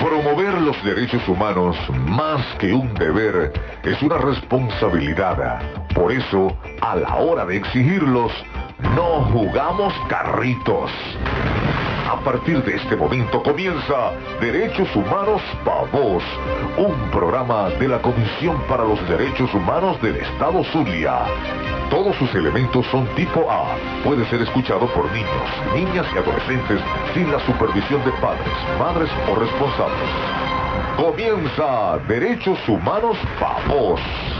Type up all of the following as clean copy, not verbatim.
Promover los derechos humanos, más que un deber, es una responsabilidad. Por eso, a la hora de exigirlos, no jugamos carritos. A partir de este momento comienza Derechos Humanos Pa' Vos, un programa de la Comisión para los Derechos Humanos del Estado Zulia. Todos sus elementos son tipo A. Puede ser escuchado por niños, niñas y adolescentes sin la supervisión de padres, madres o responsables. Comienza Derechos Humanos Pa' Vos.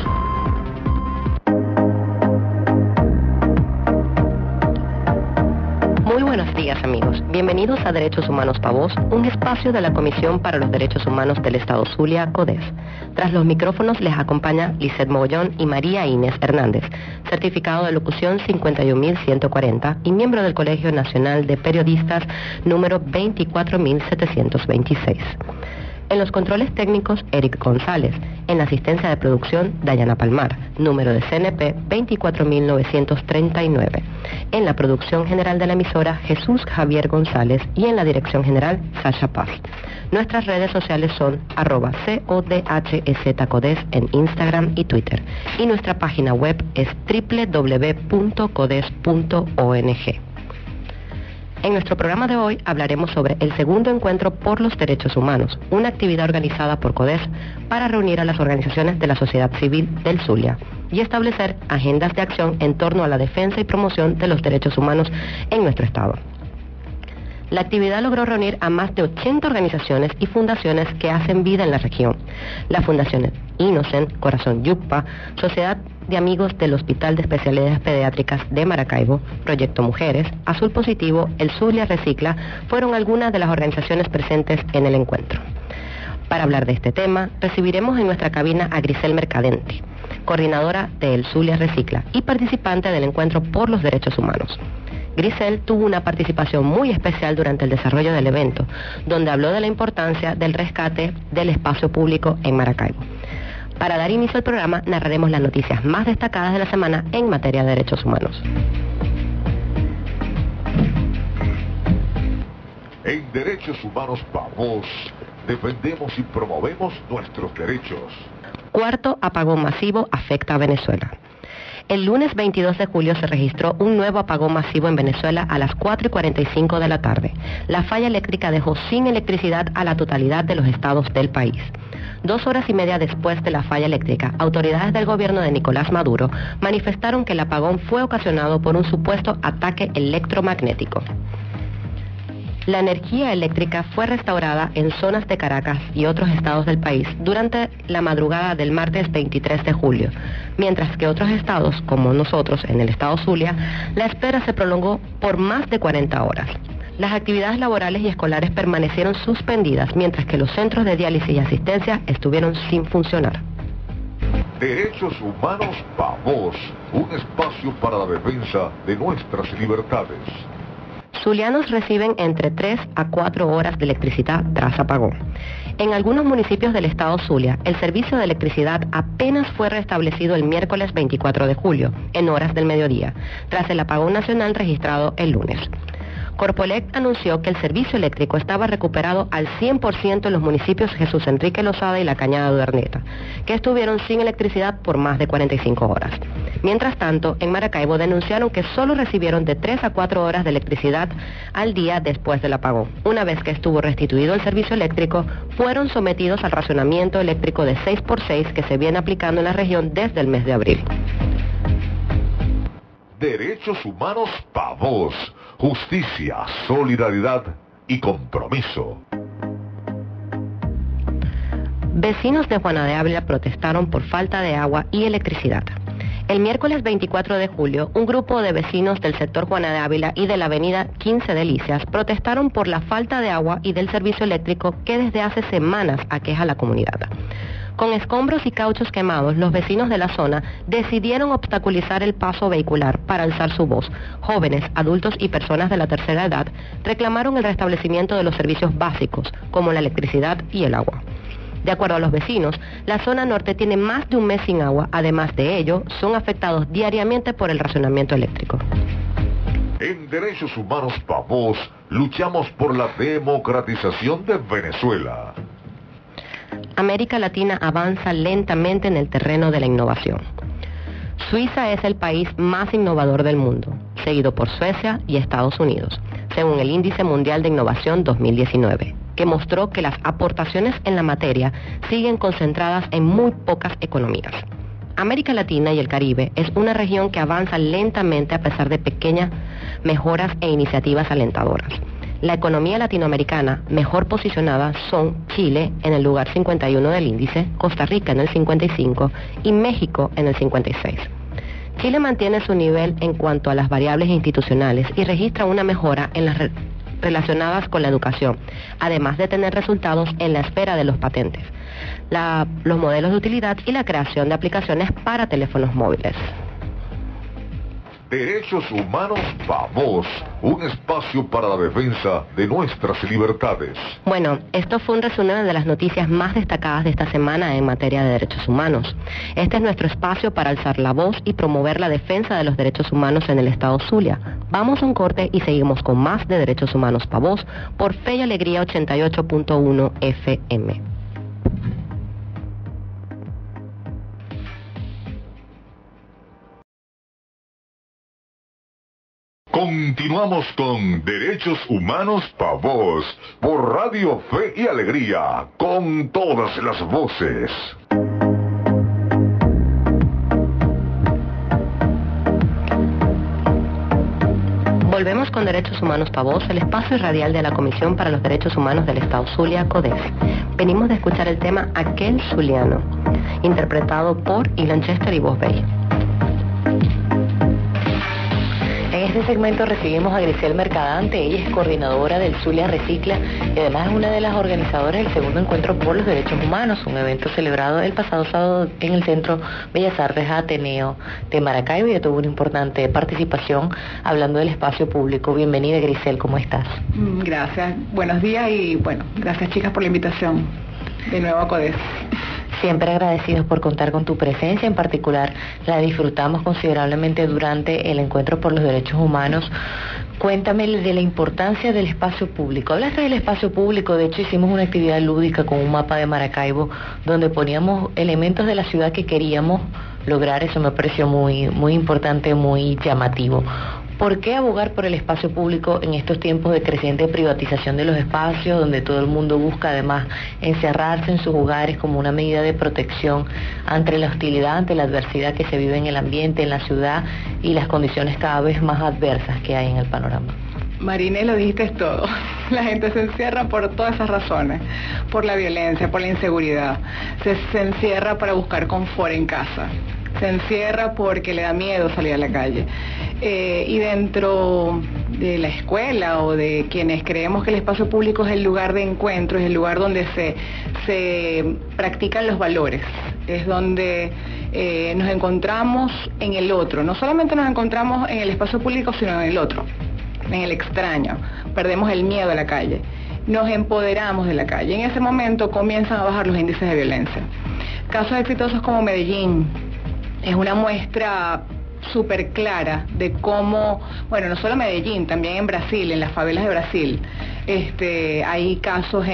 Muy buenos días, amigos. Bienvenidos a Derechos Humanos Pa' Vos, un espacio de la Comisión para los Derechos Humanos del Estado Zulia, CODES. Tras los micrófonos les acompaña Lisette Mogollón y María Inés Hernández, certificado de locución 51140 y miembro del Colegio Nacional de Periodistas número 24726. En los controles técnicos, Eric González. En la asistencia de producción, Dayana Palmar, número de CNP 24939. En la producción general de la emisora, Jesús Javier González. Y en la dirección general, Sasha Paz. Nuestras redes sociales son @CODHEZCODES en Instagram y Twitter. Y nuestra página web es www.codes.ong. En nuestro programa de hoy hablaremos sobre el segundo encuentro por los derechos humanos, una actividad organizada por CODES para reunir a las organizaciones de la sociedad civil del Zulia y establecer agendas de acción en torno a la defensa y promoción de los derechos humanos en nuestro estado. La actividad logró reunir a más de 80 organizaciones y fundaciones que hacen vida en la región. Las fundaciones Innocent, Corazón Yucpa, Sociedad de Amigos del Hospital de Especialidades Pediátricas de Maracaibo, Proyecto Mujeres, Azul Positivo, El Zulia Recicla, fueron algunas de las organizaciones presentes en el encuentro. Para hablar de este tema, recibiremos en nuestra cabina a Grisel Mercadante, coordinadora de El Zulia Recicla y participante del encuentro por los derechos humanos. Grisel tuvo una participación muy especial durante el desarrollo del evento, donde habló de la importancia del rescate del espacio público en Maracaibo. Para dar inicio al programa, narraremos las noticias más destacadas de la semana en materia de derechos humanos. En Derechos Humanos Pa' Vos, defendemos y promovemos nuestros derechos. Cuarto apagón masivo afecta a Venezuela. El lunes 22 de julio se registró un nuevo apagón masivo en Venezuela a las 4:45 de la tarde. La falla eléctrica dejó sin electricidad a la totalidad de los estados del país. 2 horas y media después de la falla eléctrica, autoridades del gobierno de Nicolás Maduro manifestaron que el apagón fue ocasionado por un supuesto ataque electromagnético. La energía eléctrica fue restaurada en zonas de Caracas y otros estados del país durante la madrugada del martes 23 de julio, mientras que otros estados, como nosotros en el estado Zulia, la espera se prolongó por más de 40 horas. Las actividades laborales y escolares permanecieron suspendidas, mientras que los centros de diálisis y asistencia estuvieron sin funcionar. Derechos Humanos Pa' Vos, un espacio para la defensa de nuestras libertades. Zulianos reciben entre 3 a 4 horas de electricidad tras apagón. En algunos municipios del estado Zulia, el servicio de electricidad apenas fue restablecido el miércoles 24 de julio, en horas del mediodía, tras el apagón nacional registrado el lunes. Corpoelec anunció que el servicio eléctrico estaba recuperado al 100% en los municipios Jesús Enrique Lozada y La Cañada de Urneta, que estuvieron sin electricidad por más de 45 horas. Mientras tanto, en Maracaibo denunciaron que solo recibieron de 3 a 4 horas de electricidad al día después del apagón. Una vez que estuvo restituido el servicio eléctrico, fueron sometidos al racionamiento eléctrico de 6x6 que se viene aplicando en la región desde el mes de abril. Derechos Humanos Pa' Vos, justicia, solidaridad y compromiso. Vecinos de Juana de Ávila protestaron por falta de agua y electricidad. El miércoles 24 de julio, un grupo de vecinos del sector Juana de Ávila y de la avenida 15 Delicias protestaron por la falta de agua y del servicio eléctrico que desde hace semanas aqueja a la comunidad. Con escombros y cauchos quemados, los vecinos de la zona decidieron obstaculizar el paso vehicular para alzar su voz. Jóvenes, adultos y personas de la tercera edad reclamaron el restablecimiento de los servicios básicos, como la electricidad y el agua. De acuerdo a los vecinos, la zona norte tiene más de un mes sin agua. Además de ello, son afectados diariamente por el racionamiento eléctrico. En Derechos Humanos Pa' Vos, luchamos por la democratización de Venezuela. América Latina avanza lentamente en el terreno de la innovación. Suiza es el país más innovador del mundo, seguido por Suecia y Estados Unidos, según el Índice Mundial de Innovación 2019, que mostró que las aportaciones en la materia siguen concentradas en muy pocas economías. América Latina y el Caribe es una región que avanza lentamente a pesar de pequeñas mejoras e iniciativas alentadoras. La economía latinoamericana mejor posicionada son Chile en el lugar 51 del índice, Costa Rica en el 55 y México en el 56. Chile mantiene su nivel en cuanto a las variables institucionales y registra una mejora en las relacionadas con la educación, además de tener resultados en la esfera de los patentes, los modelos de utilidad y la creación de aplicaciones para teléfonos móviles. Derechos Humanos Pavós, un espacio para la defensa de nuestras libertades. Bueno, esto fue un resumen de las noticias más destacadas de esta semana en materia de derechos humanos. Este es nuestro espacio para alzar la voz y promover la defensa de los derechos humanos en el estado Zulia. Vamos a un corte y seguimos con más de Derechos Humanos Pavós por Fe y Alegría 88.1 FM. Continuamos con Derechos Humanos Pavós por Radio Fe y Alegría, con todas las voces. Volvemos con Derechos Humanos Pavós, el espacio radial de la Comisión para los Derechos Humanos del Estado Zulia, CODES. Venimos de escuchar el tema Aquel Zuliano, interpretado por Ilan Chester y Voz Bey. En este segmento recibimos a Grisel Mercadante. Ella es coordinadora del Zulia Recicla y además es una de las organizadoras del segundo encuentro por los derechos humanos, un evento celebrado el pasado sábado en el Centro Bellas Artes Ateneo de Maracaibo y tuvo una importante participación hablando del espacio público. Bienvenida, Grisel, ¿cómo estás? Gracias, buenos días y bueno, gracias chicas por la invitación de nuevo a CODES. Siempre agradecidos por contar con tu presencia, en particular la disfrutamos considerablemente durante el encuentro por los derechos humanos. Cuéntame de la importancia del espacio público. Hablaste del espacio público, de hecho hicimos una actividad lúdica con un mapa de Maracaibo donde poníamos elementos de la ciudad que queríamos lograr. Eso me pareció muy importante, muy llamativo. ¿Por qué abogar por el espacio público en estos tiempos de creciente privatización de los espacios, donde todo el mundo busca además encerrarse en sus hogares como una medida de protección ante la hostilidad, ante la adversidad que se vive en el ambiente, en la ciudad y las condiciones cada vez más adversas que hay en el panorama? Marine, lo dijiste todo. La gente se encierra por todas esas razones, por la violencia, por la inseguridad. Se encierra para buscar confort en casa. Se encierra porque le da miedo salir a la calle. Y dentro de la escuela o de quienes creemos que el espacio público es el lugar de encuentro, es el lugar donde se practican los valores, es donde nos encontramos en el otro. No solamente nos encontramos en el espacio público, sino en el otro, en el extraño. Perdemos el miedo a la calle, nos empoderamos de la calle. En ese momento comienzan a bajar los índices de violencia. Casos exitosos como Medellín es una muestra súper clara de cómo, bueno, no solo Medellín, también en Brasil, en las favelas de Brasil, hay casos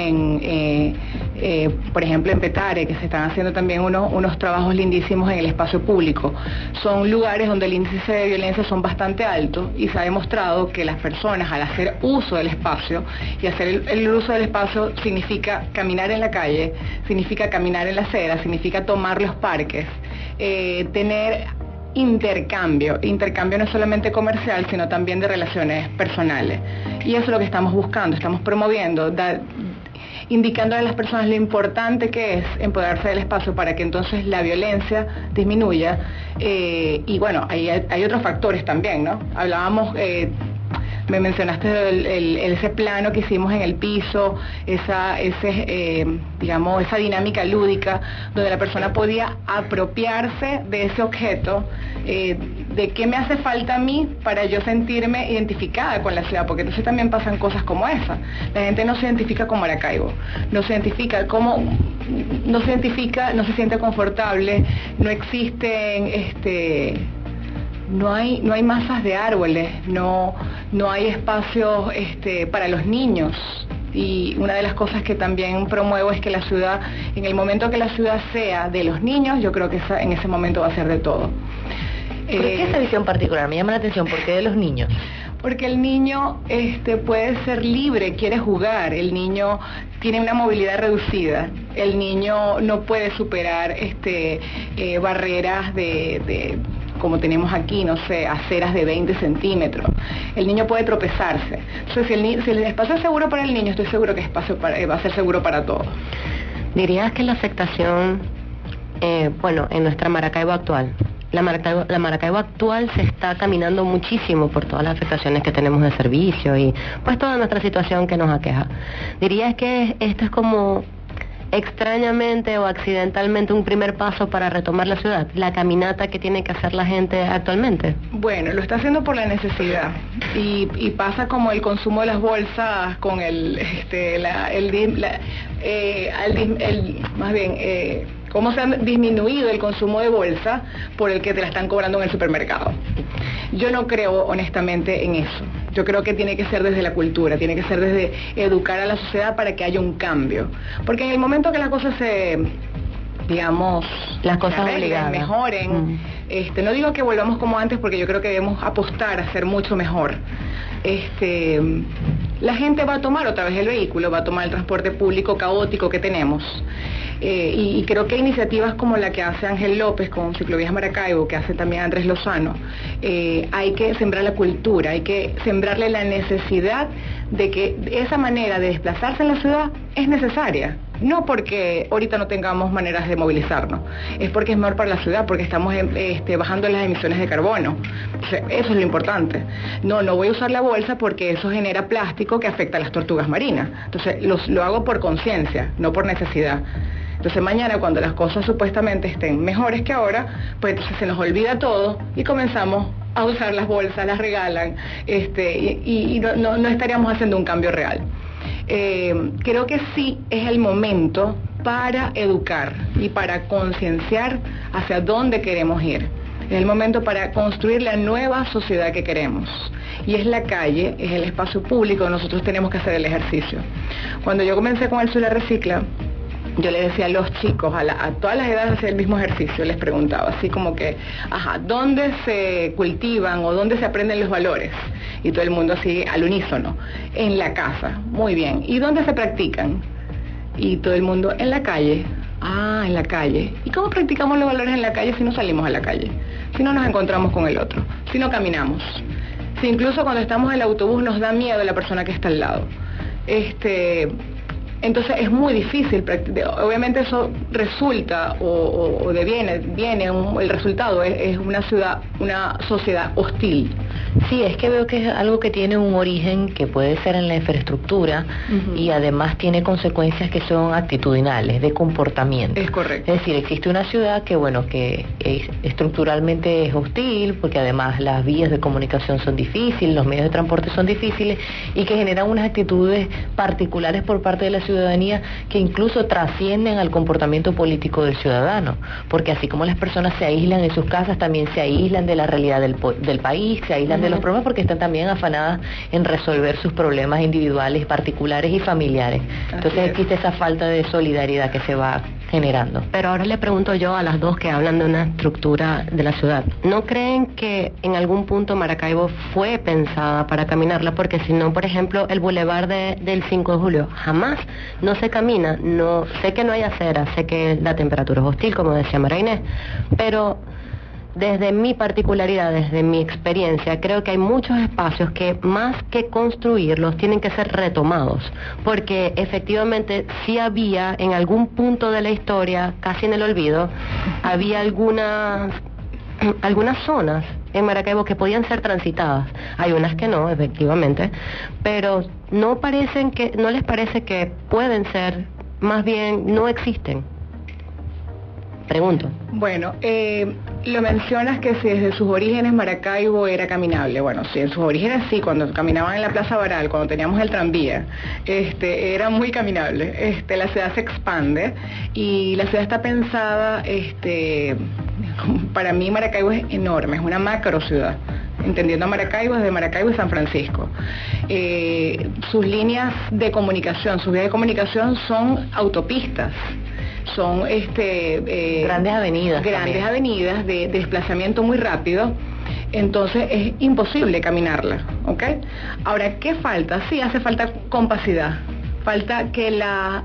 por ejemplo en Petare, que se están haciendo también unos trabajos lindísimos en el espacio público. Son lugares donde el índice de violencia son bastante altos y se ha demostrado que las personas, al hacer uso del espacio, y hacer el uso del espacio significa caminar en la calle, significa caminar en la acera, significa tomar los parques, tener intercambio no solamente comercial, sino también de relaciones personales. Y eso es lo que estamos buscando, estamos promoviendo, indicándole a las personas lo importante que es empoderarse del espacio para que entonces la violencia disminuya. Y bueno, hay otros factores también, ¿no? Hablábamos, me mencionaste ese plano que hicimos en el piso, esa dinámica lúdica donde la persona podía apropiarse de ese objeto, de qué me hace falta a mí para yo sentirme identificada con la ciudad, porque entonces también pasan cosas como esa. La gente no se identifica con Maracaibo, no se identifica, no se siente confortable, no existen no hay masas de árboles, no hay espacios para los niños. Y una de las cosas que también promuevo es que la ciudad, en el momento que la ciudad sea de los niños, yo creo que en ese momento va a ser de todo. ¿Por qué esa visión particular? Me llama la atención, ¿por qué de los niños? Porque el niño puede ser libre, quiere jugar, el niño tiene una movilidad reducida, el niño no puede superar barreras de como tenemos aquí, no sé, aceras de 20 centímetros. El niño puede tropezarse. Entonces, si el espacio es seguro para el niño, estoy seguro que el espacio va a ser seguro para todos. ¿Dirías que la afectación, en nuestra Maracaibo actual, la Maracaibo actual se está caminando muchísimo por todas las afectaciones que tenemos de servicio y pues toda nuestra situación que nos aqueja? ¿Dirías que esto es como extrañamente o accidentalmente un primer paso para retomar la ciudad, la caminata que tiene que hacer la gente actualmente? Bueno, lo está haciendo por la necesidad y pasa como el consumo de las bolsas con cómo se ha disminuido el consumo de bolsa por el que te la están cobrando en el supermercado. Yo no creo honestamente en eso. Yo creo que tiene que ser desde la cultura, tiene que ser desde educar a la sociedad para que haya un cambio. Porque en el momento que las cosas las cosas arreglen, mejoren, no digo que volvamos como antes porque yo creo que debemos apostar a ser mucho mejor. La gente va a tomar otra vez el vehículo, va a tomar el transporte público caótico que tenemos. Y creo que iniciativas como la que hace Ángel López con Ciclovías Maracaibo, que hace también Andrés Lozano, hay que sembrar la cultura, hay que sembrarle la necesidad de que esa manera de desplazarse en la ciudad es necesaria. No porque ahorita no tengamos maneras de movilizarnos, es porque es mejor para la ciudad, porque estamos bajando las emisiones de carbono. Entonces, eso es lo importante. No voy a usar la bolsa porque eso genera plástico que afecta a las tortugas marinas. Entonces, lo hago por conciencia, no por necesidad. Entonces mañana cuando las cosas supuestamente estén mejores que ahora, pues entonces se nos olvida todo y comenzamos a usar las bolsas, las regalan, y no estaríamos haciendo un cambio real. Creo que sí es el momento para educar y para concienciar hacia dónde queremos ir. Es el momento para construir la nueva sociedad que queremos. Y es la calle, es el espacio público, nosotros tenemos que hacer el ejercicio. Cuando yo comencé con el Zulia Recicla, yo le decía a los chicos, a todas las edades, hacer el mismo ejercicio, les preguntaba, así como que, ¿dónde se cultivan o dónde se aprenden los valores? Y todo el mundo así, al unísono, en la casa, muy bien. ¿Y dónde se practican? Y todo el mundo, en la calle. En la calle. ¿Y cómo practicamos los valores en la calle si no salimos a la calle? Si no nos encontramos con el otro, si no caminamos. Si incluso cuando estamos en el autobús nos da miedo la persona que está al lado. Entonces es muy difícil, obviamente eso resulta o deviene, el resultado es una sociedad hostil. Sí, es que veo que es algo que tiene un origen que puede ser en la infraestructura y además tiene consecuencias que son actitudinales, de comportamiento. Es correcto. Es decir, existe una ciudad que estructuralmente es hostil, porque además las vías de comunicación son difíciles, los medios de transporte son difíciles y que generan unas actitudes particulares por parte de la ciudadanía que incluso trascienden al comportamiento político del ciudadano, porque así como las personas se aíslan en sus casas, también se aíslan de la realidad del país, se aíslan de los problemas porque están también afanadas en resolver sus problemas individuales, particulares y familiares. Entonces existe esa falta de solidaridad que se va generando. Pero ahora le pregunto yo a las dos que hablan de una estructura de la ciudad, ¿no creen que en algún punto Maracaibo fue pensada para caminarla? Porque si no, por ejemplo, el bulevar del 5 de julio jamás no se camina, no sé que no hay acera, sé que la temperatura es hostil, como decía María Inés, pero desde mi particularidad, desde mi experiencia, creo que hay muchos espacios que más que construirlos tienen que ser retomados, porque efectivamente sí había en algún punto de la historia, casi en el olvido, había algunas zonas en Maracaibo que podían ser transitadas. Hay unas que no, efectivamente, pero no les parece que pueden ser, más bien no existen. Pregunto. Bueno, lo mencionas que si desde sus orígenes Maracaibo era caminable. Bueno, sí, en sus orígenes sí, cuando caminaban en la Plaza Baral, cuando teníamos el tranvía, era muy caminable. La ciudad se expande y la ciudad está pensada, Para mí Maracaibo es enorme, es una macro ciudad. Entendiendo a Maracaibo, desde Maracaibo y San Francisco. Sus líneas de comunicación, sus vías de comunicación son autopistas, son grandes avenidas. Grandes avenidas de desplazamiento muy rápido. Entonces es imposible caminarla, ¿ok? Ahora, ¿qué falta? Sí, hace falta compacidad. Falta que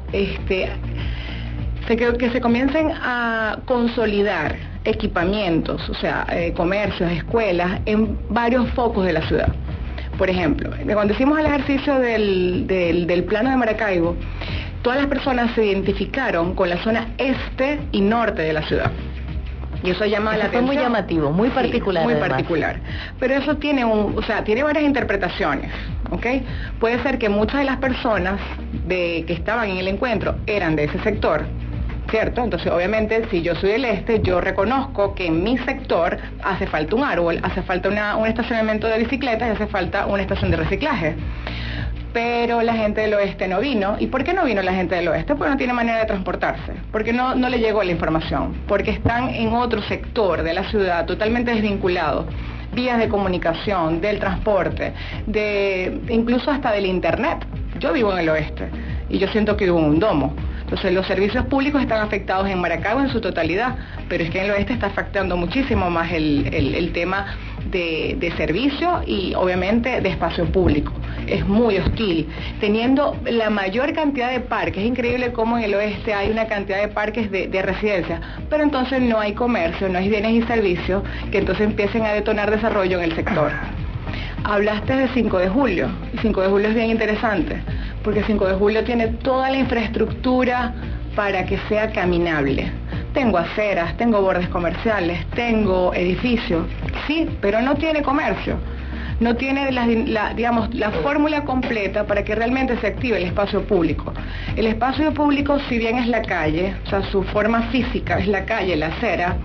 que se comiencen a consolidar equipamientos, o sea, comercios, escuelas, en varios focos de la ciudad. Por ejemplo, cuando hicimos el ejercicio del plano de Maracaibo, todas las personas se identificaron con la zona este y norte de la ciudad. Y eso llama la atención. Fue muy llamativo, muy particular. Sí, muy además. particular. Pero eso tiene tiene varias interpretaciones, ¿ok? Puede ser que muchas de las personas que estaban en el encuentro eran de ese sector, ¿cierto? Entonces, obviamente, si yo soy del este, yo reconozco que en mi sector hace falta un árbol, hace falta un estacionamiento de bicicletas y hace falta una estación de reciclaje. Pero la gente del oeste no vino. ¿Y por qué no vino la gente del oeste? Porque no tiene manera de transportarse, porque no le llegó la información, porque están en otro sector de la ciudad totalmente desvinculados, vías de comunicación, del transporte, incluso hasta del internet. Yo vivo en el oeste y yo siento que vivo en un domo. Entonces los servicios públicos están afectados en Maracaibo en su totalidad, pero es que en el oeste está afectando muchísimo más el tema de servicio y obviamente de espacio público. Es muy hostil, teniendo la mayor cantidad de parques. Es increíble cómo en el oeste hay una cantidad de parques de residencia, pero entonces no hay comercio, no hay bienes y servicios que entonces empiecen a detonar desarrollo en el sector. Hablaste de 5 de julio, y 5 de julio es bien interesante, porque 5 de julio tiene toda la infraestructura para que sea caminable. Tengo aceras, tengo bordes comerciales, tengo edificios, sí, pero no tiene comercio. No tiene la fórmula completa para que realmente se active el espacio público. El espacio público, si bien es la calle, o sea, su forma física es la calle, la acera,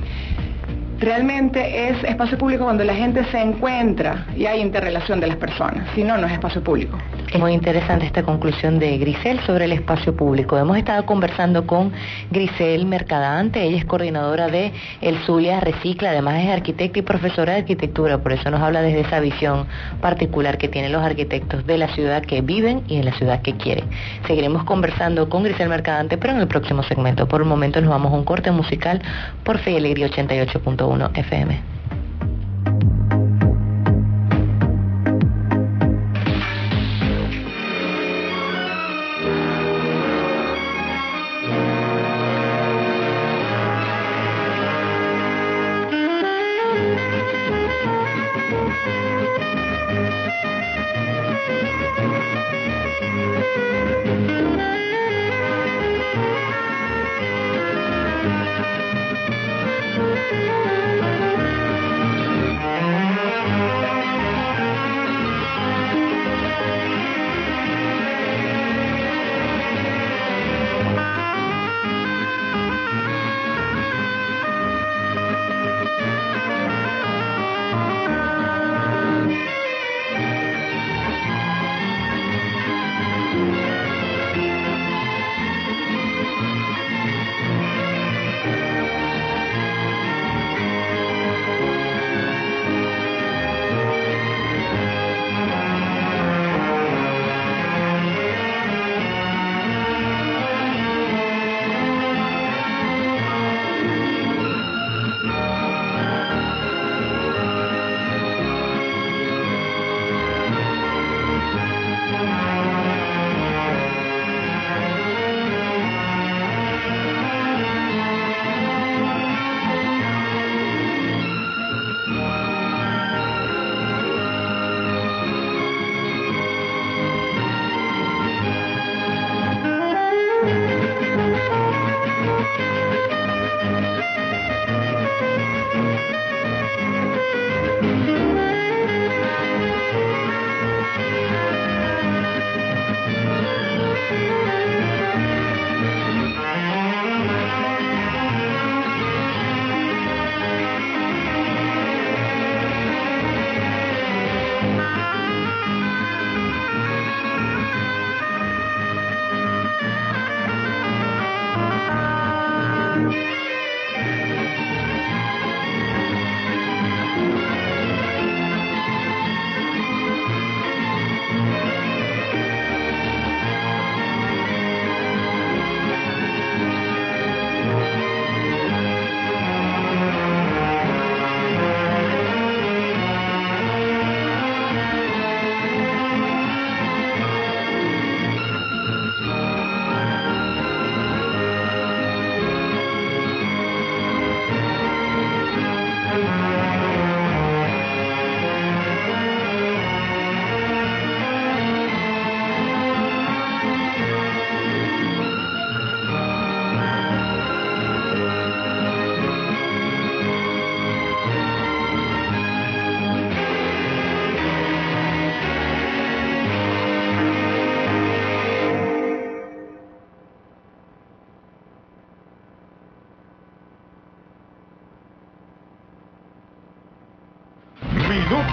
realmente es espacio público cuando la gente se encuentra y hay interrelación de las personas. Si no, no es espacio público. Es muy interesante esta conclusión de Grisel sobre el espacio público. Hemos estado conversando con Grisel Mercadante, ella es coordinadora de El Zulia Recicla, además es arquitecta y profesora de arquitectura, por eso nos habla desde esa visión particular que tienen los arquitectos de la ciudad que viven y en la ciudad que quieren. Seguiremos conversando con Grisel Mercadante, pero en el próximo segmento. Por el momento nos vamos a un corte musical por Fe y Alegría 88.1 FM.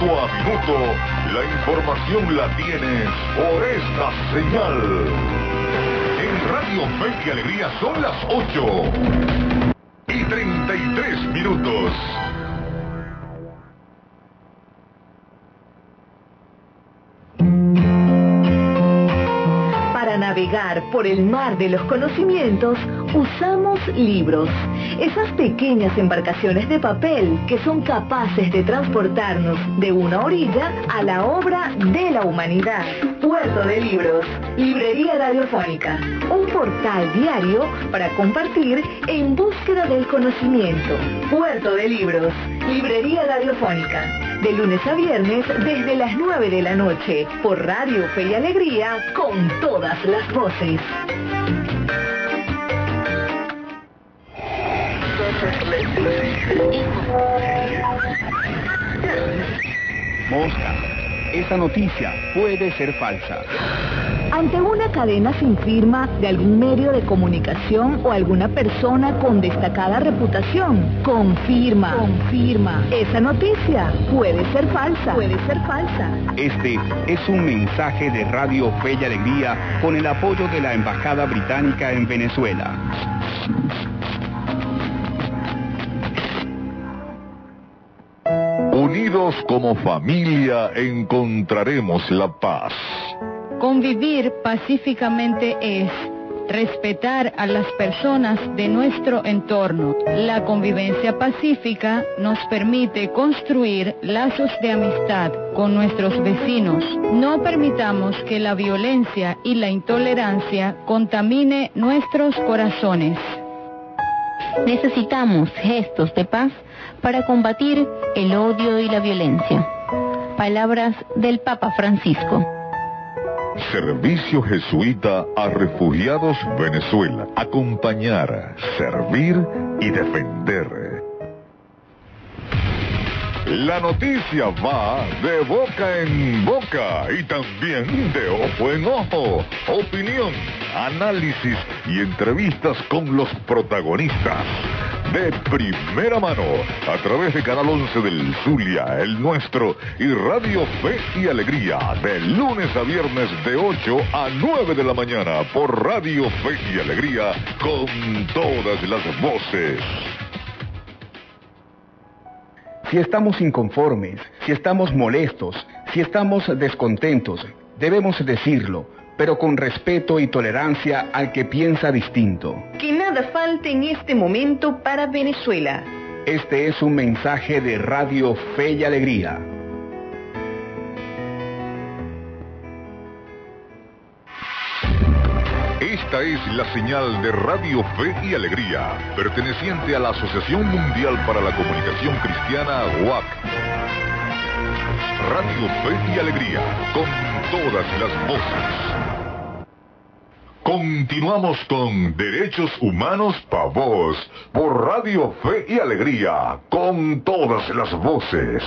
minuto a minuto, la información la tienes por esta señal. En Radio Fe y Alegría son las 8:33. Para navegar por el mar de los conocimientos, usamos libros. Esas pequeñas embarcaciones de papel que son capaces de transportarnos de una orilla a la obra de la humanidad. Puerto de Libros, Librería Radiofónica, un portal diario para compartir en búsqueda del conocimiento. Puerto de Libros, Librería Radiofónica, de lunes a viernes desde las 9 de la noche, por Radio Fe y Alegría, con todas las voces. Mosca, esa noticia puede ser falsa. Ante una cadena sin firma de algún medio de comunicación o alguna persona con destacada reputación, confirma. Esa noticia puede ser falsa. Este es un mensaje de Radio Fe y Alegría con el apoyo de la Embajada Británica en Venezuela. Unidos como familia encontraremos la paz. Convivir pacíficamente es respetar a las personas de nuestro entorno. La convivencia pacífica nos permite construir lazos de amistad con nuestros vecinos. No permitamos que la violencia y la intolerancia contamine nuestros corazones. Necesitamos gestos de paz para combatir el odio y la violencia. Palabras del Papa Francisco. Servicio Jesuita a Refugiados Venezuela. Acompañar, servir y defender. La noticia va de boca en boca y también de ojo en ojo. Opinión, análisis y entrevistas con los protagonistas. De primera mano, a través de Canal 11 del Zulia, el nuestro, y Radio Fe y Alegría, de lunes a viernes de 8 a 9 de la mañana, por Radio Fe y Alegría, con todas las voces. Si estamos inconformes, si estamos molestos, si estamos descontentos, debemos decirlo, pero con respeto y tolerancia al que piensa distinto. Que nada falte en este momento para Venezuela. Este es un mensaje de Radio Fe y Alegría. Esta es la señal de Radio Fe y Alegría, perteneciente a la Asociación Mundial para la Comunicación Cristiana, WAC. Radio Fe y Alegría, con todas las voces. Continuamos con Derechos Humanos Pa' Vos, por Radio Fe y Alegría, con todas las voces.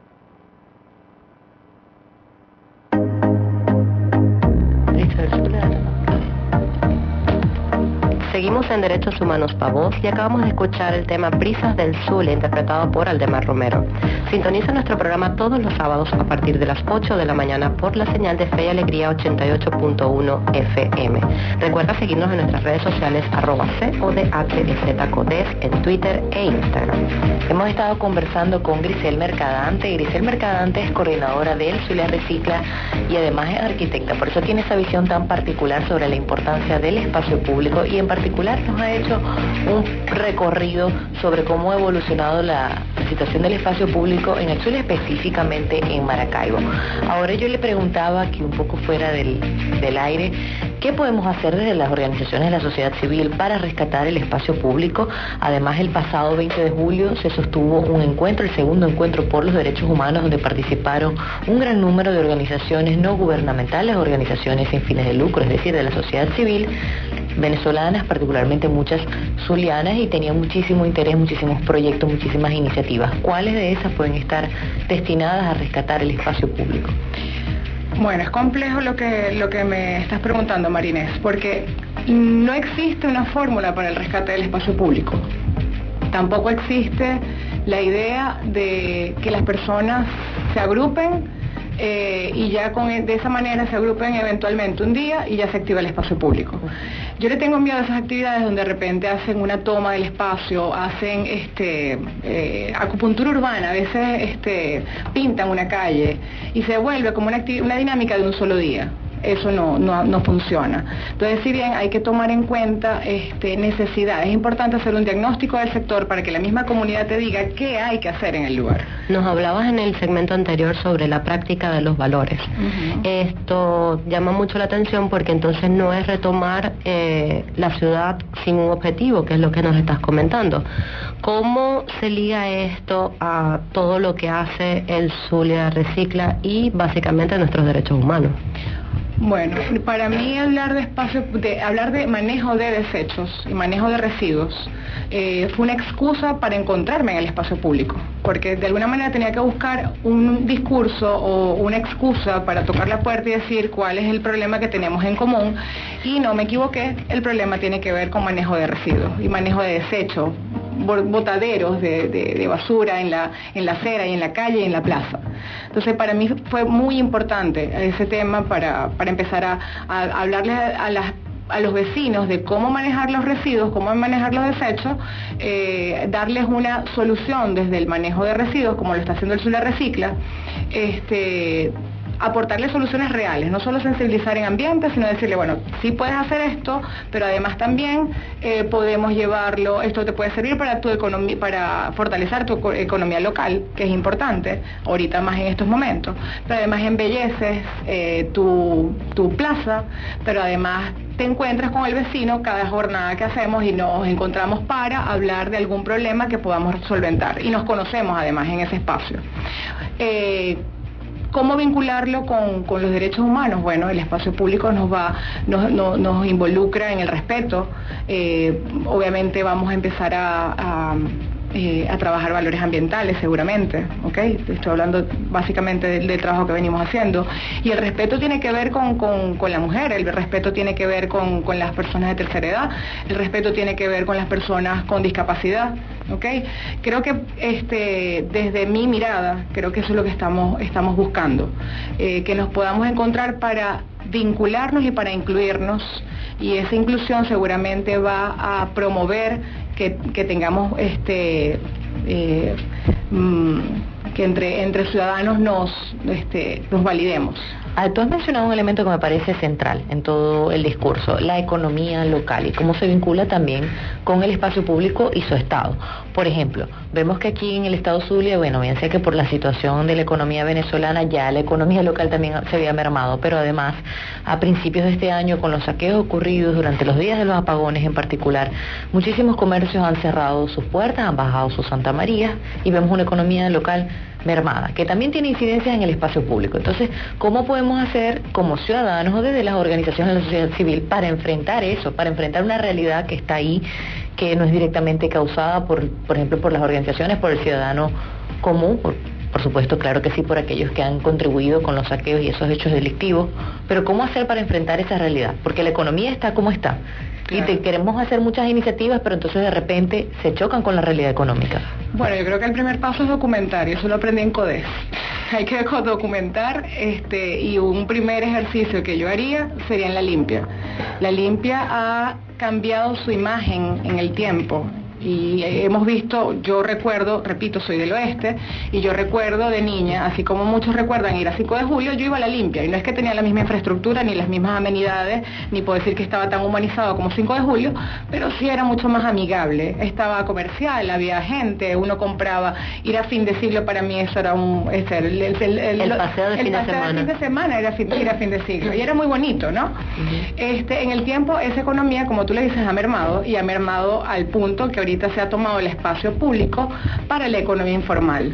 Seguimos en Derechos Humanos Pa' Vos y acabamos de escuchar el tema Brisas del Zulia, interpretado por Aldemar Romero. Sintoniza nuestro programa todos los sábados a partir de las 8 de la mañana por la señal de Fe y Alegría 88.1 FM. Recuerda seguirnos en nuestras redes sociales @CODHZCODES en Twitter e Instagram. Hemos estado conversando con Grisel Mercadante. Grisel Mercadante es coordinadora del Zulia Recicla y además es arquitecta. Por eso tiene esa visión tan particular sobre la importancia del espacio público y en particular nos ha hecho un recorrido sobre cómo ha evolucionado la situación del espacio público en el Zulia, específicamente en Maracaibo. Ahora yo le preguntaba, que un poco fuera del aire, ¿qué podemos hacer desde las organizaciones de la sociedad civil para rescatar el espacio público? Además, el pasado 20 de julio se sostuvo un encuentro, el segundo encuentro por los derechos humanos, donde participaron un gran número de organizaciones no gubernamentales, organizaciones sin fines de lucro, es decir, de la sociedad civil venezolanas, particularmente muchas zulianas, y tenían muchísimo interés, muchísimos proyectos, muchísimas iniciativas. ¿Cuáles de esas pueden estar destinadas a rescatar el espacio público? Bueno, es complejo lo que me estás preguntando, Marinés, porque no existe una fórmula para el rescate del espacio público. Tampoco existe La idea de que las personas se agrupen y ya de esa manera se agrupen eventualmente un día y ya se activa el espacio público. Yo le tengo miedo a esas actividades donde de repente hacen una toma del espacio, hacen acupuntura urbana, a veces pintan una calle y se vuelve como una dinámica de un solo día. Eso no funciona. Entonces, si bien hay que tomar en cuenta necesidades, es importante hacer un diagnóstico del sector para que la misma comunidad te diga qué hay que hacer en el lugar. Nos hablabas en el segmento anterior sobre la práctica de los valores. Esto llama mucho la atención porque entonces no es retomar la ciudad sin un objetivo, que es lo que nos estás comentando. ¿Cómo se liga esto a todo lo que hace el Zulia Recicla y básicamente nuestros derechos humanos? Bueno, para mí hablar de manejo de desechos y manejo de residuos fue una excusa para encontrarme en el espacio público, porque de alguna manera tenía que buscar un discurso o una excusa para tocar la puerta y decir cuál es el problema que tenemos en común, y no me equivoqué, el problema tiene que ver con manejo de residuos y manejo de desechos, botaderos de basura en la acera y en la calle y en la plaza. Entonces para mí fue muy importante ese tema para empezar a hablarle a los vecinos de cómo manejar los residuos, cómo manejar los desechos, darles una solución desde el manejo de residuos, como lo está haciendo el Zulia Recicla, aportarle soluciones reales, no solo sensibilizar en ambiente, sino decirle, bueno, sí puedes hacer esto, pero además también podemos llevarlo, esto te puede servir para tu economía, para fortalecer tu economía local, que es importante, ahorita más en estos momentos, pero además embelleces tu plaza, pero además te encuentras con el vecino cada jornada que hacemos y nos encontramos para hablar de algún problema que podamos solventar, y nos conocemos además en ese espacio. ¿Cómo vincularlo con los derechos humanos? Bueno, el espacio público nos involucra en el respeto. Obviamente vamos a empezar a trabajar valores ambientales seguramente, ¿ok? Estoy hablando básicamente del trabajo que venimos haciendo. Y el respeto tiene que ver con la mujer, el respeto tiene que ver con las personas de tercera edad, el respeto tiene que ver con las personas con discapacidad, ¿ok? Creo que desde mi mirada, creo que eso es lo que estamos buscando, que nos podamos encontrar para vincularnos y para incluirnos, y esa inclusión seguramente va a promover que tengamos que entre ciudadanos nos validemos. Tú has mencionado un elemento que me parece central en todo el discurso, la economía local, y cómo se vincula también con el espacio público y su estado. Por ejemplo, vemos que aquí en el estado Zulia, bueno, bien sea que por la situación de la economía venezolana ya la economía local también se había mermado, pero además a principios de este año, con los saqueos ocurridos durante los días de los apagones en particular, muchísimos comercios han cerrado sus puertas, han bajado sus Santa María, y vemos una economía local mermada, que también tiene incidencias en el espacio público. Entonces, ¿cómo podemos hacer como ciudadanos o desde las organizaciones de la sociedad civil para enfrentar eso, para enfrentar una realidad que está ahí, que no es directamente causada por ejemplo, por las organizaciones, por el ciudadano común, por supuesto, claro que sí, por aquellos que han contribuido con los saqueos y esos hechos delictivos, pero ¿cómo hacer para enfrentar esa realidad? Porque la economía está como está. Claro. Y queremos hacer muchas iniciativas, pero entonces de repente se chocan con la realidad económica. Bueno, yo creo que el primer paso es documentar, y eso lo aprendí en CODES. Hay que documentar, y un primer ejercicio que yo haría sería en la limpia. La limpia ha cambiado su imagen en el tiempo. Y hemos visto, yo recuerdo, repito, soy del oeste, y yo recuerdo de niña, así como muchos recuerdan ir a 5 de julio, yo iba a la limpia, y no es que tenía la misma infraestructura, ni las mismas amenidades, ni puedo decir que estaba tan humanizado como 5 de julio, pero sí era mucho más amigable, estaba comercial, había gente, uno compraba, ir a fin de siglo para mí eso era un... el paseo de fin de semana era ir a fin de siglo, y era muy bonito, ¿no? En el tiempo esa economía, como tú le dices, ha mermado, y ha mermado al punto que ahorita se ha tomado el espacio público para la economía informal.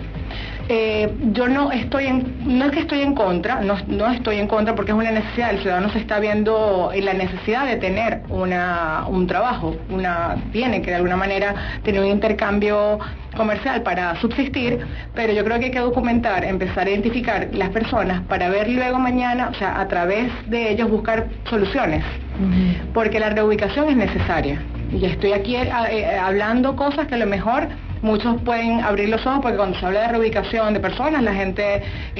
Yo no es que estoy en contra, no estoy en contra, porque es una necesidad, el ciudadano se está viendo en la necesidad de tener un trabajo, tiene que de alguna manera tener un intercambio comercial para subsistir, pero yo creo que hay que documentar, empezar a identificar las personas para ver luego mañana, o sea, a través de ellos buscar soluciones, porque la reubicación es necesaria. Y estoy aquí hablando cosas que a lo mejor muchos pueden abrir los ojos porque cuando se habla de reubicación de personas, la gente,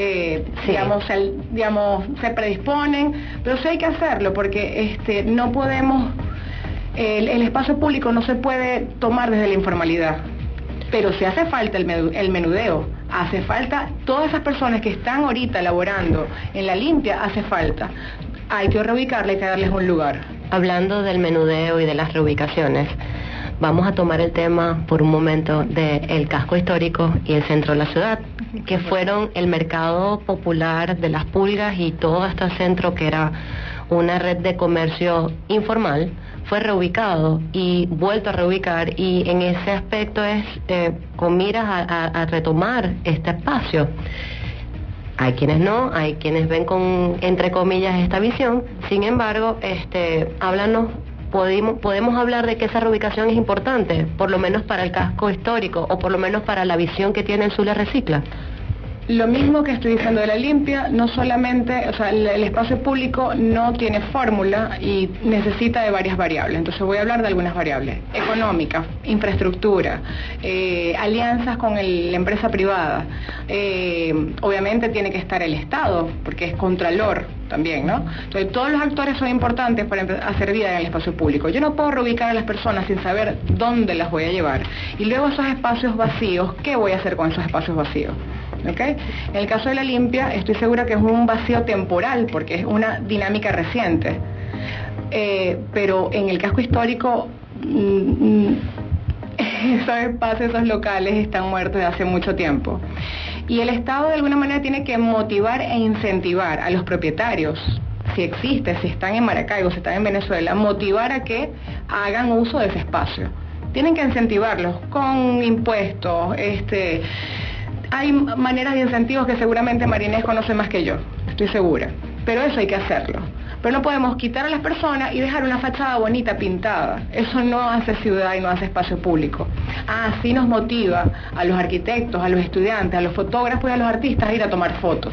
se predisponen, pero sí hay que hacerlo porque no podemos, el espacio público no se puede tomar desde la informalidad, pero si hace falta el menudeo, hace falta todas esas personas que están ahorita laborando en la limpia, hace falta. Hay que reubicarle, hay que darles un lugar. Hablando del menudeo y de las reubicaciones, vamos a tomar el tema por un momento del casco histórico y el centro de la ciudad, que fueron el mercado popular de las pulgas y todo este centro que era una red de comercio informal, fue reubicado y vuelto a reubicar, y en ese aspecto es con miras a retomar este espacio. Hay quienes no, hay quienes ven con, entre comillas, esta visión. Sin embargo, háblanos, podemos hablar de que esa reubicación es importante, por lo menos para el casco histórico, o por lo menos para la visión que tiene el Zulia Recicla. Lo mismo que estoy diciendo de la limpia, no solamente, o sea, el espacio público no tiene fórmula y necesita de varias variables. Entonces voy a hablar de algunas variables: económica, infraestructura, alianzas con la empresa privada. Obviamente tiene que estar el Estado, porque es contralor también, ¿no? Entonces todos los actores son importantes para hacer vida en el espacio público. Yo no puedo reubicar a las personas sin saber dónde las voy a llevar. Y luego esos espacios vacíos, ¿qué voy a hacer con esos espacios vacíos? ¿Okay? En el caso de la limpia, estoy segura que es un vacío temporal, porque es una dinámica reciente. Pero en el casco histórico, esos espacios, esos locales están muertos desde hace mucho tiempo. Y el Estado de alguna manera tiene que motivar e incentivar a los propietarios, si existe, si están en Maracaibo, si están en Venezuela, motivar a que hagan uso de ese espacio. Tienen que incentivarlos con impuestos, hay maneras de incentivos que seguramente Marinés conoce más que yo, estoy segura, pero eso hay que hacerlo. Pero no podemos quitar a las personas y dejar una fachada bonita pintada. Eso no hace ciudad y no hace espacio público. Sí nos motiva a los arquitectos, a los estudiantes, a los fotógrafos y a los artistas a ir a tomar fotos.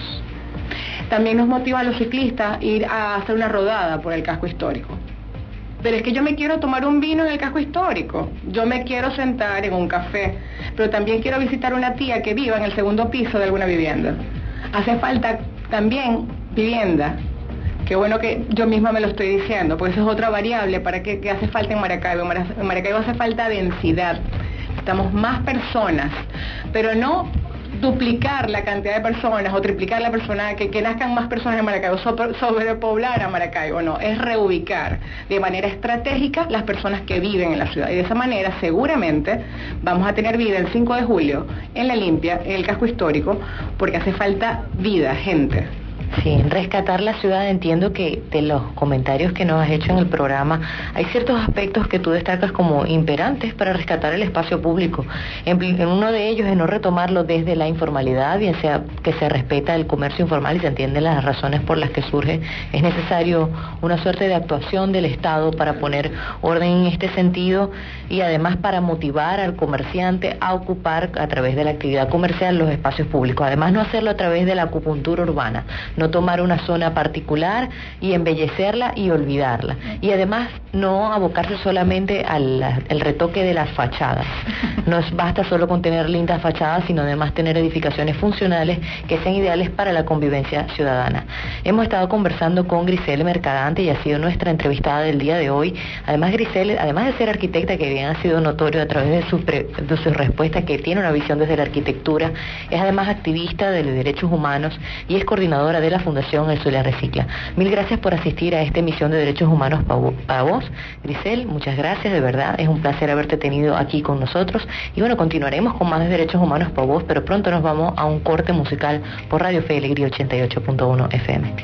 También nos motiva a los ciclistas a ir a hacer una rodada por el casco histórico. Pero es que yo me quiero tomar un vino en el casco histórico, yo me quiero sentar en un café, pero también quiero visitar una tía que viva en el segundo piso de alguna vivienda. Hace falta también vivienda. Qué bueno que yo misma me lo estoy diciendo, porque eso es otra variable para que hace falta en Maracaibo. En Maracaibo hace falta densidad, necesitamos más personas, pero no duplicar la cantidad de personas o triplicar la persona, que nazcan más personas en Maracaibo, sobrepoblar a Maracaibo, no, es reubicar de manera estratégica las personas que viven en la ciudad, y de esa manera seguramente vamos a tener vida el 5 de julio en la limpia, en el casco histórico, porque hace falta vida, gente. Sí, rescatar la ciudad. Entiendo que de los comentarios que nos has hecho en el programa hay ciertos aspectos que tú destacas como imperantes para rescatar el espacio público. En uno de ellos es no retomarlo desde la informalidad, bien sea que se respeta el comercio informal y se entienden las razones por las que surge. Es necesario una suerte de actuación del Estado para poner orden en este sentido, y además para motivar al comerciante a ocupar a través de la actividad comercial los espacios públicos. Además, no hacerlo a través de la acupuntura urbana, no tomar una zona particular y embellecerla y olvidarla. Y además no abocarse solamente al retoque de las fachadas. No basta solo con tener lindas fachadas, sino además tener edificaciones funcionales que sean ideales para la convivencia ciudadana. Hemos estado conversando con Grisel Mercadante y ha sido nuestra entrevistada del día de hoy. Además, Grisel, además de ser arquitecta, que bien ha sido notorio a través de sus respuestas, que tiene una visión desde la arquitectura, es además activista de los derechos humanos y es coordinadora de la Fundación El Zulia Recicla. Mil gracias por asistir a esta emisión de Derechos Humanos para vos. Grisel, muchas gracias, de verdad, es un placer haberte tenido aquí con nosotros. Y bueno, continuaremos con más de Derechos Humanos para vos, pero pronto nos vamos a un corte musical por Radio Fe y Alegría 88.1 FM.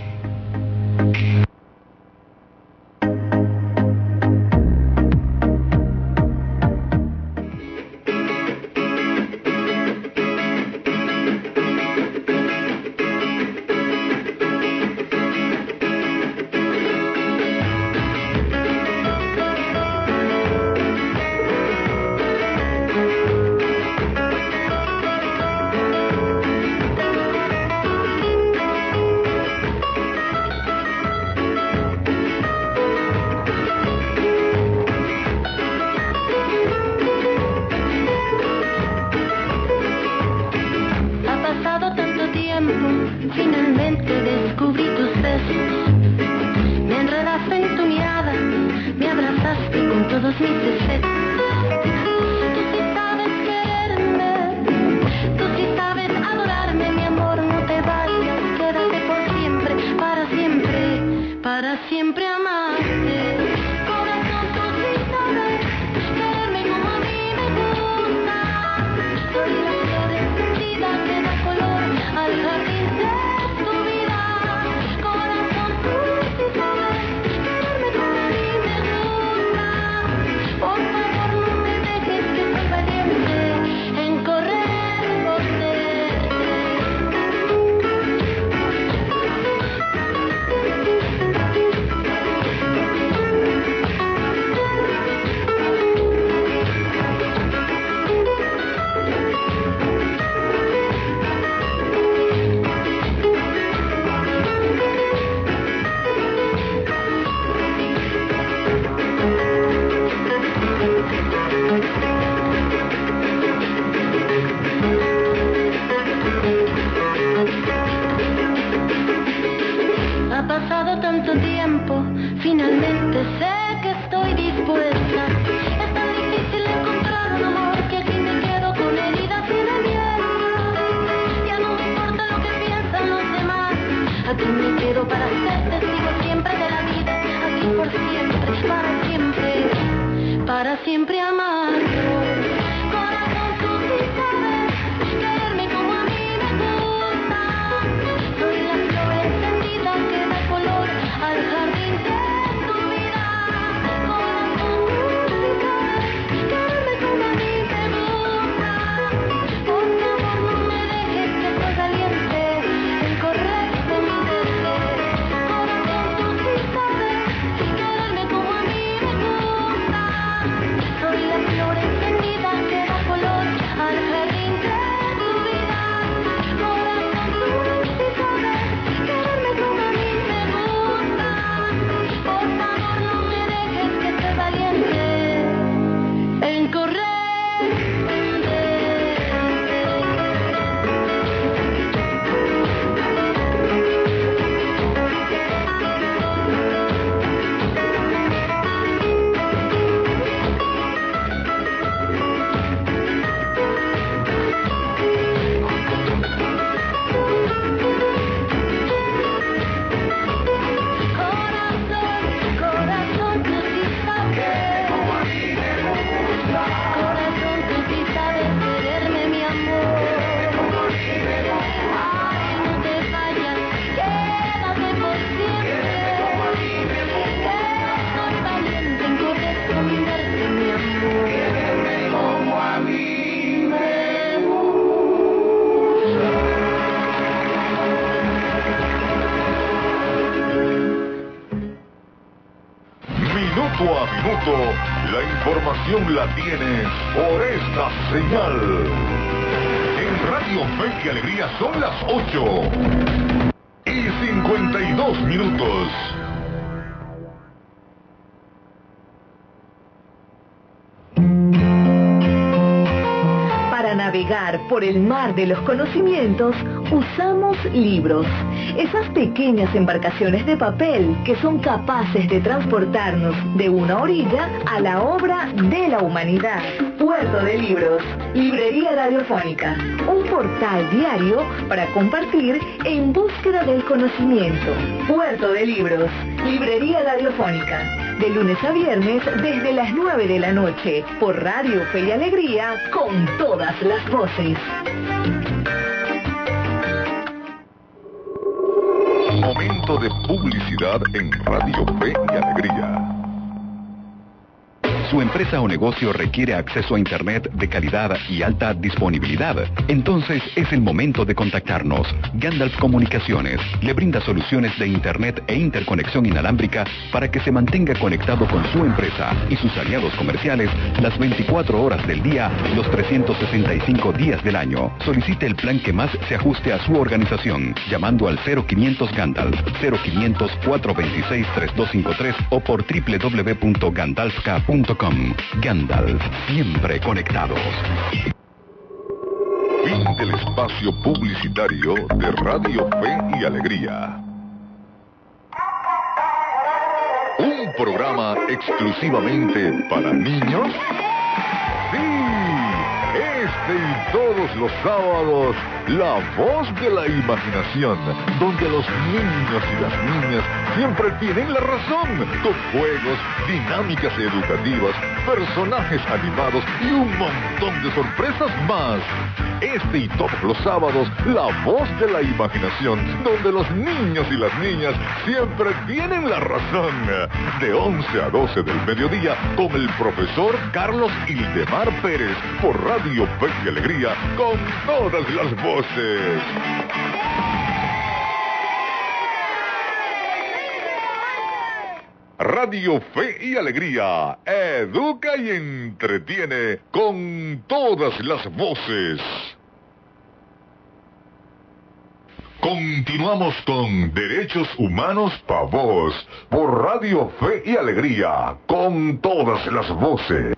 todos mis defectos. Tú sí sabes quererme, tú sí sabes adorarme, mi amor, no te vayas, quédate por siempre, para siempre amarte. Corazón, tú sí sabes quererme como a mí me gusta. Soy la flor encendida que da color al jardín de tu vida. Corazón, tú sí sabes quererme como a mí me gusta. Por favor, no me dejes, que soy valiente en correr por Ha pasado tanto tiempo, finalmente sé que estoy dispuesta. Es tan difícil encontrar un amor que aquí me quedo con heridas y abiertas. Ya no me importa lo que piensan los demás. Aquí me quedo para ser testigo siempre de la vida. Aquí por siempre, para siempre amar. Corazón, tú sí sabes quererme como a mí me gusta. Soy la flor encendida que da color al jardín de tu vida. Corazón, tú sí sabes quererme como a mí me gusta. Por favor, no me dejes, que soy valiente en correr de mi deseo. Corazón, tú sí sabes quererme como a mí me gusta. Soy la flor encendida que da color al jardín de tu vida. Corazón, tú sí sabes quererme como a mí me gusta. Por favor, no me dejes, que soy valiente en correr. Corazón, tú sí sabes como a mí me gusta. Corazón, tú sí sabes quererme, mi amor, como a mí me gusta. Ay, no te vayas, quédate por siempre, como a mí me gusta. Soy valiente en corresponderte, mi amor, quédame como a mí me Minuto a minuto, la información la tienes por esta señal. En Radio Fe y Alegría son las 8:52. Para navegar por el mar de los conocimientos, usamos libros. Esas pequeñas embarcaciones de papel que son capaces de transportarnos de una orilla a la obra de la humanidad. Puerto de Libros, Librería Radiofónica, un portal diario para compartir en búsqueda del conocimiento. Puerto de Libros, Librería Radiofónica, de lunes a viernes desde las 9 de la noche, por Radio Fe y Alegría, con todas las voces. Momento de publicidad en Radio Fe y Alegría. Su empresa o negocio requiere acceso a Internet de calidad y alta disponibilidad. Entonces es el momento de contactarnos. Gandalf Comunicaciones le brinda soluciones de Internet e interconexión inalámbrica para que se mantenga conectado con su empresa y sus aliados comerciales las 24 horas del día, los 365 días del año. Solicite el plan que más se ajuste a su organización, llamando al 0500 Gandalf, 0500 426 3253 o por www.gandalfk.com. Gandalf, siempre conectados. Fin del espacio publicitario de Radio Fe y Alegría. Un programa exclusivamente para niños? Sí, este y todos los sábados, La Voz de la Imaginación, donde los niños y las niñas siempre tienen la razón, con juegos, dinámicas educativas, personajes animados y un montón de sorpresas más. Este y todos los sábados, La Voz de la Imaginación, donde los niños y las niñas siempre tienen la razón. De 11 a 12 del mediodía, con el profesor Carlos Ildemar Pérez, por Radio Fe y Alegría, con todas las voces. Radio Fe y Alegría, educa y entretiene con todas las voces. Continuamos con Derechos Humanos Pa' Vos, por Radio Fe y Alegría, con todas las voces.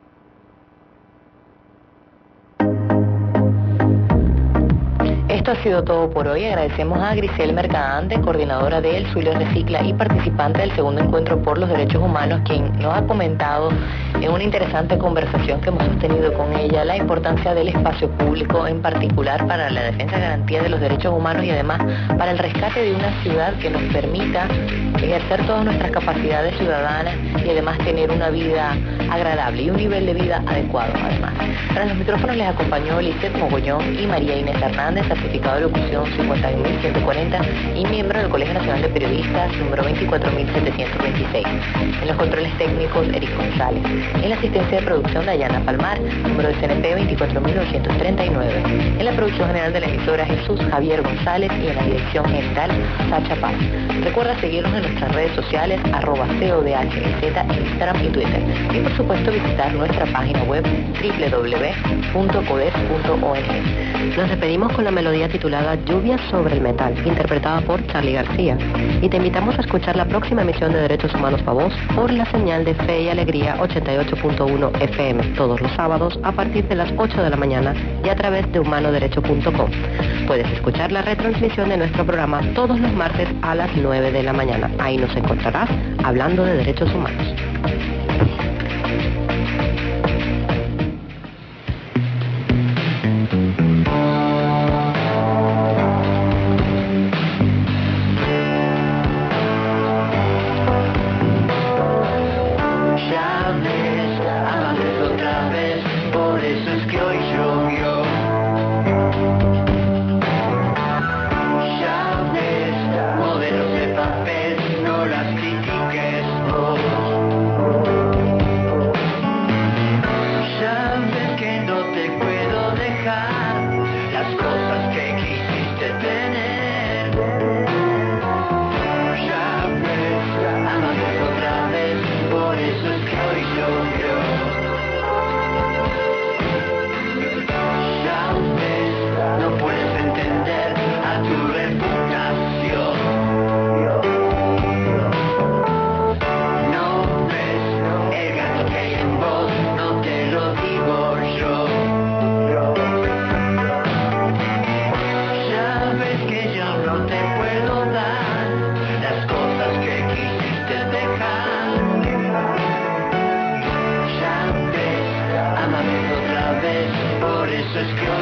Esto ha sido todo por hoy. Agradecemos a Grisel Mercadante, coordinadora de El Zulia Recicla y participante del segundo encuentro por los derechos humanos, quien nos ha comentado en una interesante conversación que hemos sostenido con ella la importancia del espacio público, en particular para la defensa y garantía de los derechos humanos y además para el rescate de una ciudad que nos permita ejercer todas nuestras capacidades ciudadanas y además tener una vida agradable y un nivel de vida adecuado además. Tras los micrófonos les acompañó Lizeth Mogollón y María Inés Hernández, certificado de locución 51.140 y miembro del Colegio Nacional de Periodistas número 24.726. En los controles técnicos, Eric González. En la asistencia de producción, Dayana Palmar, número de CNP 24.939. En la producción general de la emisora, Jesús Javier González, y en la dirección general, Sacha Paz. Recuerda seguirnos en nuestras redes sociales, @CODHNZ, en Instagram y Twitter. Y por supuesto visitar nuestra página web www.codes.org. Nos despedimos con la melodía titulada Lluvia sobre el Metal, interpretada por Charly García. Y te invitamos a escuchar la próxima emisión de Derechos Humanos Pa' Vos por la señal de Fe y Alegría 88.1 FM, todos los sábados a partir de las 8 de la mañana y a través de humanoderecho.com. Puedes escuchar la retransmisión de nuestro programa todos los martes a las 9 de la mañana. Ahí nos encontrarás hablando de derechos humanos. Por eso es que